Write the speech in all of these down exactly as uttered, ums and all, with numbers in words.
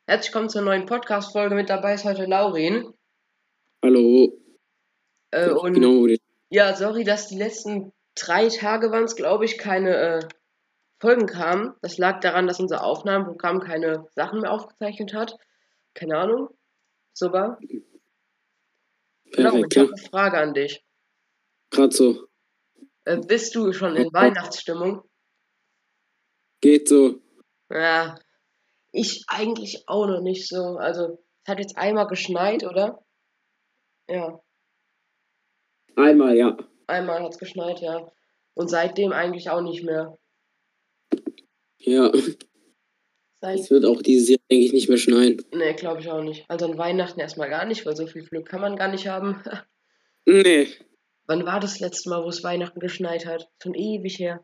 Herzlich willkommen zur neuen Podcast-Folge. Mit dabei ist heute Laurin. Hallo. Äh, und Genau, wo die- ja, sorry, dass die letzten drei Tage waren es, glaube ich, keine äh, Folgen kamen. Das lag daran, dass unser Aufnahmeprogramm keine Sachen mehr aufgezeichnet hat. Keine Ahnung. So war. Laurin, perfekt, ich habe ja. eine Frage an dich. Gerade so. Äh, bist du schon in Hau- Weihnachtsstimmung? Geht so. Ja, ich eigentlich auch noch nicht so. Also, es hat jetzt einmal geschneit, oder? Ja, Einmal, ja. einmal hat es geschneit, ja. Und seitdem eigentlich auch nicht mehr. Ja. Seit Es wird auch dieses Jahr, denke ich, nicht mehr schneien. Ne, glaube ich auch nicht. Also an Weihnachten erstmal gar nicht, weil so viel Glück kann man gar nicht haben. Nee. Wann war das letzte Mal, wo es Weihnachten geschneit hat? Schon ewig her.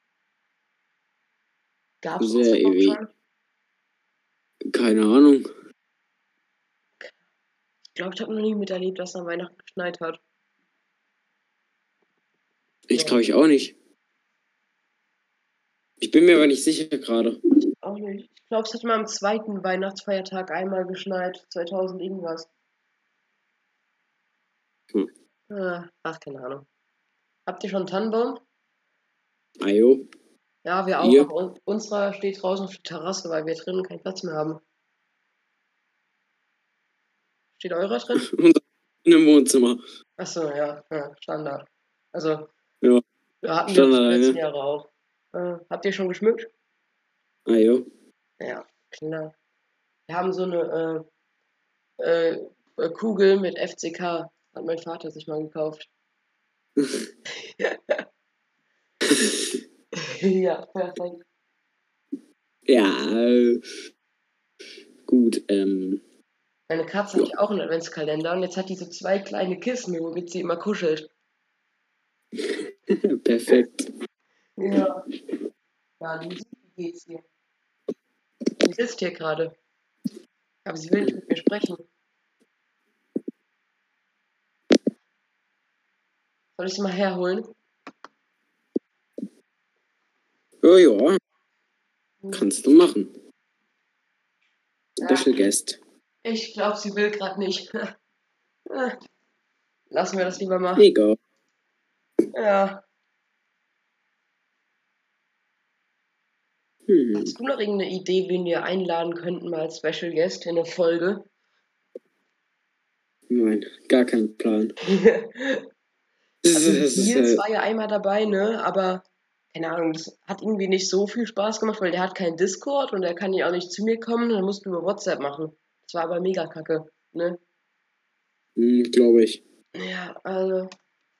Gab es das Sehr überhaupt ewig. schon? Keine Ahnung. Ich glaube, ich habe noch nie miterlebt, dass an Weihnachten geschneit hat. Ich Ja, glaube ich auch nicht. Ich bin mir aber nicht sicher gerade. auch nicht. Ich glaube, es hat mal am zweiten Weihnachtsfeiertag einmal geschneit. zweitausend irgendwas. Hm. Ah, ach, keine Ahnung. Habt ihr schon einen Tannenbaum? Ajo. Ja, wir auch, Ihr? aber un- unserer steht draußen auf der Terrasse, weil wir drinnen keinen Platz mehr haben. Steht eurer drin? Unser im Wohnzimmer. Achso, ja, ja, Standard. Also, Ja. ja, hatten wir auch Standard die letzten eine. Jahre auch. Äh, habt ihr schon geschmückt? Ajo. Ja, klar. Wir haben so eine äh, äh, äh, Kugel mit F C K. Hat mein Vater sich mal gekauft. Ja, perfekt. Ja. Äh, gut. Ähm. Meine Katze Ja. hat ja auch einen Adventskalender und jetzt hat die so zwei kleine Kissen, womit sie immer kuschelt. Perfekt. Ja. Ja, Lisi, wie geht's dir? Sie sitzt hier gerade, aber sie will nicht mit mir sprechen. Soll ich sie mal herholen? Ja, ja. Hm. Kannst du machen. Ja, Special Guest. ich glaube, sie will gerade nicht. Lassen wir das lieber mal. Egal. Ja. Hm. Hast du noch irgendeine Idee, wen wir einladen könnten, mal als Special Guest in eine Folge? Nein, gar kein Plan. Das ist, Also das ist, Nils äh, war ja einmal dabei, ne? Aber keine Ahnung, das hat irgendwie nicht so viel Spaß gemacht, weil der hat keinen Discord und der kann ja auch nicht zu mir kommen, dann mussten wir über WhatsApp machen. Das war aber mega kacke, ne? glaube ich. Ja, also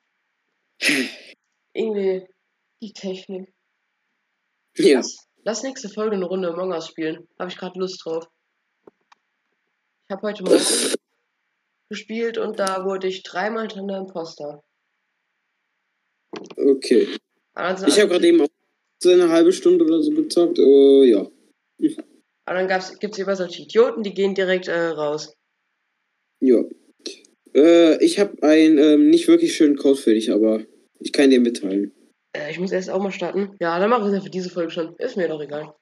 irgendwie die Technik. Ja, Lass, lass nächste Folge eine Runde Among Us spielen. Habe ich gerade Lust drauf. Ich habe heute Morgen gespielt und da wurde ich dreimal hintereinander Imposter. okay. Also, Ich habe also, gerade eben auch so eine halbe Stunde oder so gezockt. Äh, ja. aber dann gibt es immer solche Idioten, die gehen direkt äh, raus. Ja. Äh, ich habe einen ähm, nicht wirklich schönen Code für dich, aber ich kann dir mitteilen. Äh, ich muss erst auch mal starten. Ja, dann machen wir es ja für diese Folge schon. Ist mir doch egal.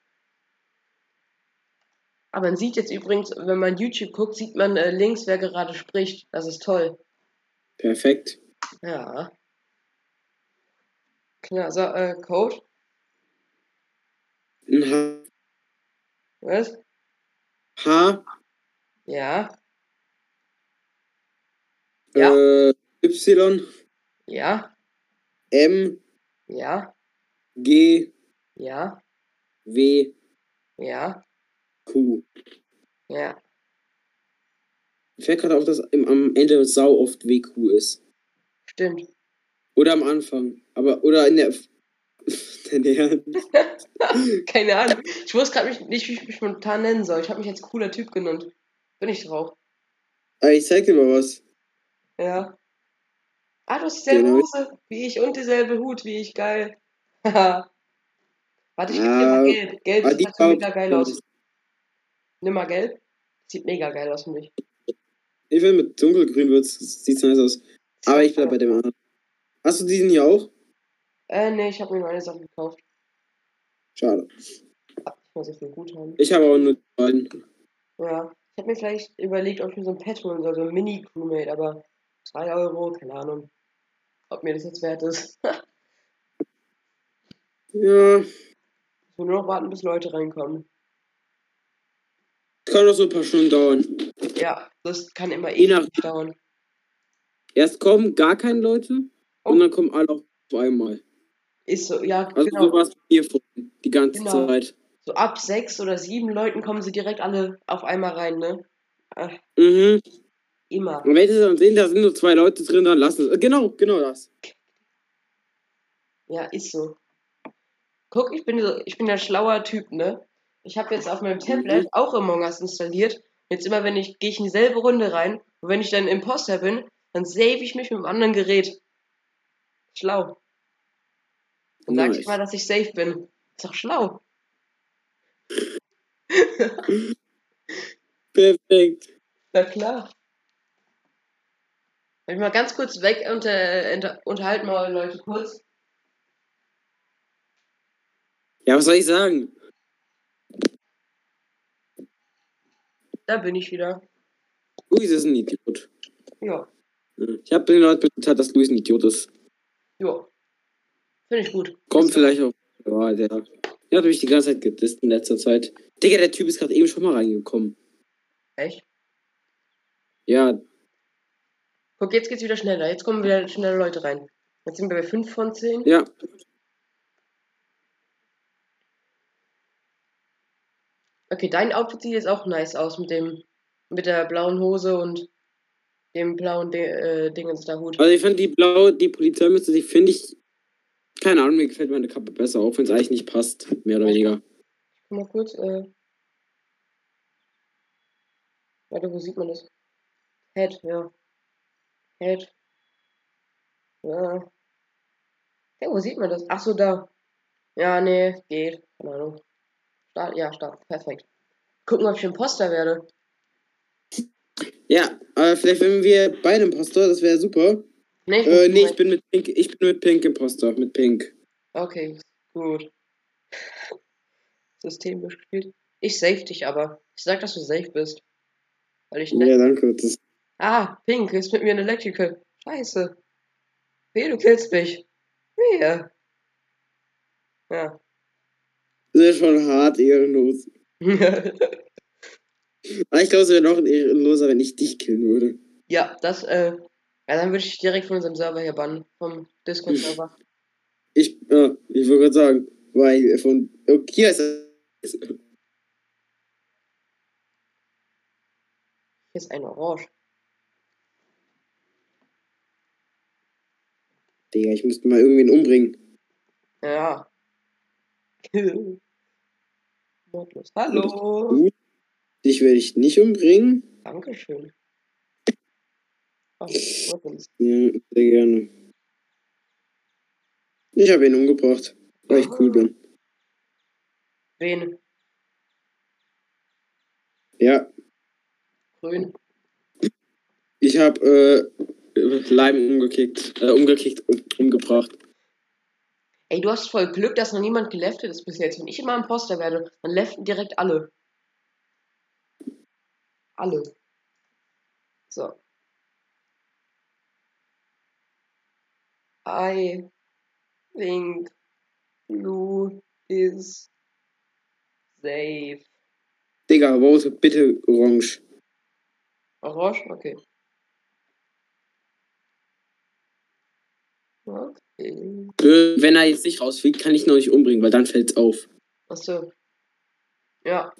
Aber man sieht jetzt übrigens, wenn man YouTube guckt, sieht man äh, links, wer gerade spricht. Das ist toll. Perfekt. Ja. Klar, so, äh, Code. Ein H, Was? H Ja. Ja. äh, Y, Ja. M, Ja. G, Ja. W, Ja. Q. Ja. Mir fällt gerade auf, dass im, am Ende sau oft W Q ist. Stimmt. Oder am Anfang. Aber, oder in der. Dein Ernst? Keine Ahnung. Ich wusste gerade nicht, wie ich mich spontan nennen soll. Ich habe mich jetzt cooler Typ genannt. Bin ich drauf. Aber ich zeig dir mal was. Ja. Ah, du hast Den dieselbe habe ich. Hose wie ich und dieselbe Hut wie ich. Geil. Haha. Warte, ich geb dir mal Ah, gelb. Gelb ah, sieht die halt so Farbe mega geil finde aus. ich. Nimm mal gelb. Sieht mega geil aus, finde ich. Ich finde, mit dunkelgrün wird's, sieht's nice aus. Aber ich bleib bei dem anderen. Hast du diesen hier auch? Äh, nee, ich habe mir meine Sachen gekauft. Schade. Hab nicht mal so viel Guthaben. Ich habe auch nur die beiden. Ja. Ich habe mir vielleicht überlegt, ob ich mir so ein Pet holen soll, so ein Mini-Crewmate, aber drei Euro, keine Ahnung, ob mir das jetzt wert ist. Ja, Ich will nur noch warten, bis Leute reinkommen. kann doch so ein paar Stunden dauern. Ja, das kann immer Je nach, ewig dauern. erst kommen gar keine Leute und Oh, dann kommen alle auf einmal. ist so, ja, Also so genau, war es bei mir vorhin, die ganze genau. Zeit. So ab sechs oder sieben Leuten kommen sie direkt alle auf einmal rein, ne? Ach, Mhm. immer. Und wenn sie dann sehen, da sind nur zwei Leute drin, dann lassen sie. Genau, genau das. Ja, ist so. Guck, ich bin so, ich bin der schlauer Typ, ne? Ich habe jetzt auf meinem Mhm. Tablet auch Among Us installiert. Jetzt immer, wenn ich, gehe ich in dieselbe Runde rein. Und wenn ich dann Imposter bin, dann save ich mich mit einem anderen Gerät. Schlau. Dann sag ich mal, Nice. dass ich safe bin. Ist doch schlau. Perfekt. Na klar. Wenn ich mal ganz kurz weg und äh, unter, unterhalten mal eure Leute kurz. Ja, was soll ich sagen? Da bin ich wieder. Luis ist ein Idiot. Ja, Ich habe den Leuten mitgeteilt, dass Luis ein Idiot ist. ja. Finde ich gut. Kommt Ist vielleicht auch. Ja, der, der hat mich die ganze Zeit gedisst in letzter Zeit. Digga, der Typ ist gerade eben schon mal reingekommen. echt. Ja, Guck, jetzt geht's wieder schneller. Jetzt kommen wieder schnelle Leute rein. Jetzt sind wir bei fünf von zehn. ja. Okay, dein Outfit sieht jetzt auch nice aus mit dem, mit der blauen Hose und dem blauen Di äh, Dingens da Hut. Also ich fand die blaue, die Polizeimütze, die finde ich, keine Ahnung, mir gefällt meine Kappe besser, auch wenn es eigentlich nicht passt, mehr oder weniger. Guck mal kurz, äh, warte, wo sieht man das? Head, ja. Head. Ja. Ja, wo sieht man das? Ach so, da. Ja, nee, geht. Keine Ahnung. Start, ja, Start. Perfekt. Gucken, ob ich Imposter werde. Ja, aber vielleicht wenn wir beide Imposter, das wäre super. Nee, ich bin Äh, nee, ich Crewmate. bin mit Pink, ich bin mit Pink Imposter, mit Pink. Okay, gut. System gespielt. Ich save dich aber. Ich sag, dass du safe bist. Weil ich nett Ja, bin. danke. Das, Ah, Pink ist mit mir in Electrical. Scheiße. Wehe, du killst mich. Wehe. Ja. das ist schon hart ehrenlos. Aber ich glaube, es wäre noch ehrenloser, wenn ich dich killen würde. Ja, das, äh, ja, dann würde ich dich direkt von unserem Server hier bannen. Vom Discord-Server. Ich, ja, ich würde gerade sagen, weil von, okay, hier ist es. Hier ist ein Orange. Digga, ich müsste mal irgendwen umbringen. Ja. Mordlos. Das ist Hallo. gut. Dich werde ich nicht umbringen. Dankeschön. Oh, Weapons. Ja, sehr gerne. Ich habe ihn umgebracht, weil ich cool bin. Wen? Ja, Grün. ich habe äh, Lime umgekickt, äh, umgekickt, um, umgebracht. Ey, du hast voll Glück, dass noch niemand geleftet ist bis jetzt. Wenn ich immer Imposter werde, dann leften direkt alle. Alle. So. I think blue is safe. Digga, vote bitte orange. Orange? Okay. Okay. Wenn er jetzt nicht rausfliegt, kann ich ihn noch nicht umbringen, weil dann fällt's auf. Achso. Ja.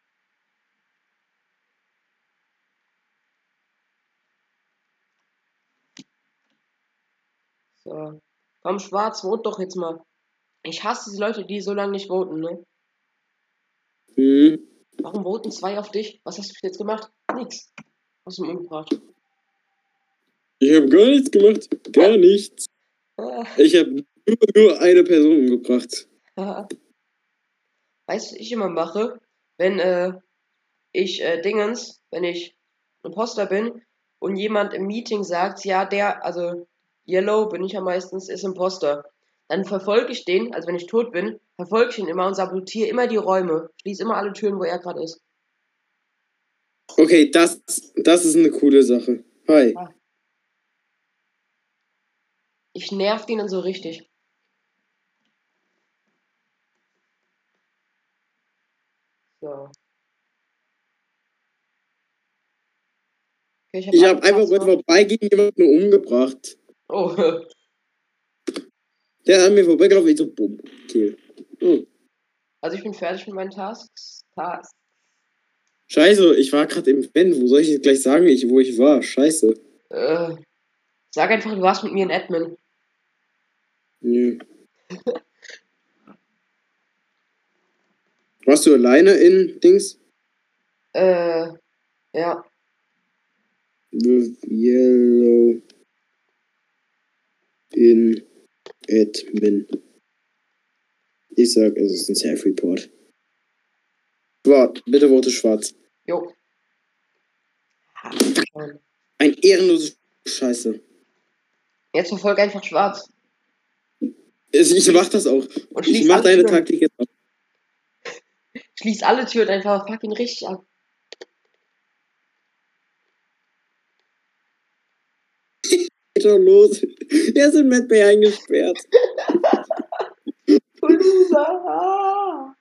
So. Komm, Schwarz, vote doch jetzt mal. Ich hasse diese Leute, die so lange nicht voten, ne? Hm. Warum voten zwei auf dich? Was hast du jetzt gemacht? Nix. Hast du ihn umgebracht. Ich habe gar nichts gemacht. Gar nichts. Ah, Ich habe nur, nur eine Person umgebracht. ah. Weißt du, was ich immer mache? Wenn äh, ich äh, Dingens, wenn ich Imposter bin und jemand im Meeting sagt, ja, der, also Yellow bin ich ja meistens, ist Imposter. Dann verfolge ich den, also wenn ich tot bin, verfolge ich ihn immer und sabotiere immer die Räume. Schließe immer alle Türen, wo er gerade ist. Okay, das, das ist eine coole Sache. Hi. Ich nerv den dann so richtig. So. Okay, ich habe Ich habe einfach beim Vorbeigehen jemanden umgebracht. Oh. Der ist an mir vorbeigelaufen, ich so, bumm, kill. Oh. Also ich bin fertig mit meinen Tasks. Tasks. Scheiße, ich war gerade im Fan. Wo soll ich jetzt gleich sagen, ich, wo ich war? Scheiße. Äh, sag einfach, du warst mit mir in Admin. Ja. Warst du alleine in Dings? Äh, ja. The Yellow in Admin. Ich sag, es ist ein Self-Report. Wart, bitte Worte schwarz. Jo. Ein ehrenloses Scheiße. Jetzt verfolg einfach schwarz. Ich, ich mach das auch. Und Ich mach alle deine Türen. Taktik jetzt ab. Schließ alle Türen einfach, fuck ihn richtig ab. Geht doch los. Er ist in Medbay eingesperrt. Du Loser. Ah.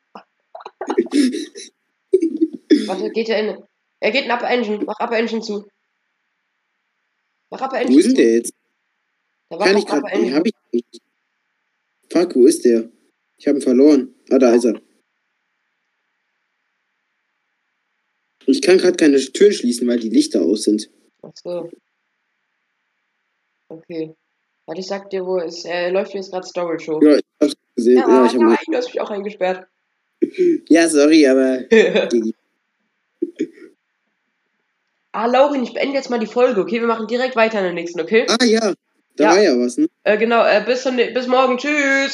Warte, geht er in. Er geht in Upper Engine. Mach Upper Engine zu. Mach Upper Engine Wo ist denn zu. der jetzt? Da war Kann doch ich gerade. Upper Nee, Engine. hab ich nicht. Fuck, wo ist der? Ich hab ihn verloren. Ah, da ist er. Ich kann gerade keine Türen schließen, weil die Lichter aus sind. Ach so. Okay. Warte, ich sag dir, wo er ist. Er läuft jetzt gerade Storage hoch. Ja, ich hab's gesehen. Ja, Ja, ich hab nein, mal... du hast mich auch eingesperrt. Ja, sorry, aber. Ah, Laurin, ich beende jetzt mal die Folge, okay? Wir machen direkt weiter in der nächsten, okay? Ah, ja. Da Ja. war ja was, ne? Äh, genau, äh, bis, bis morgen. Tschüss.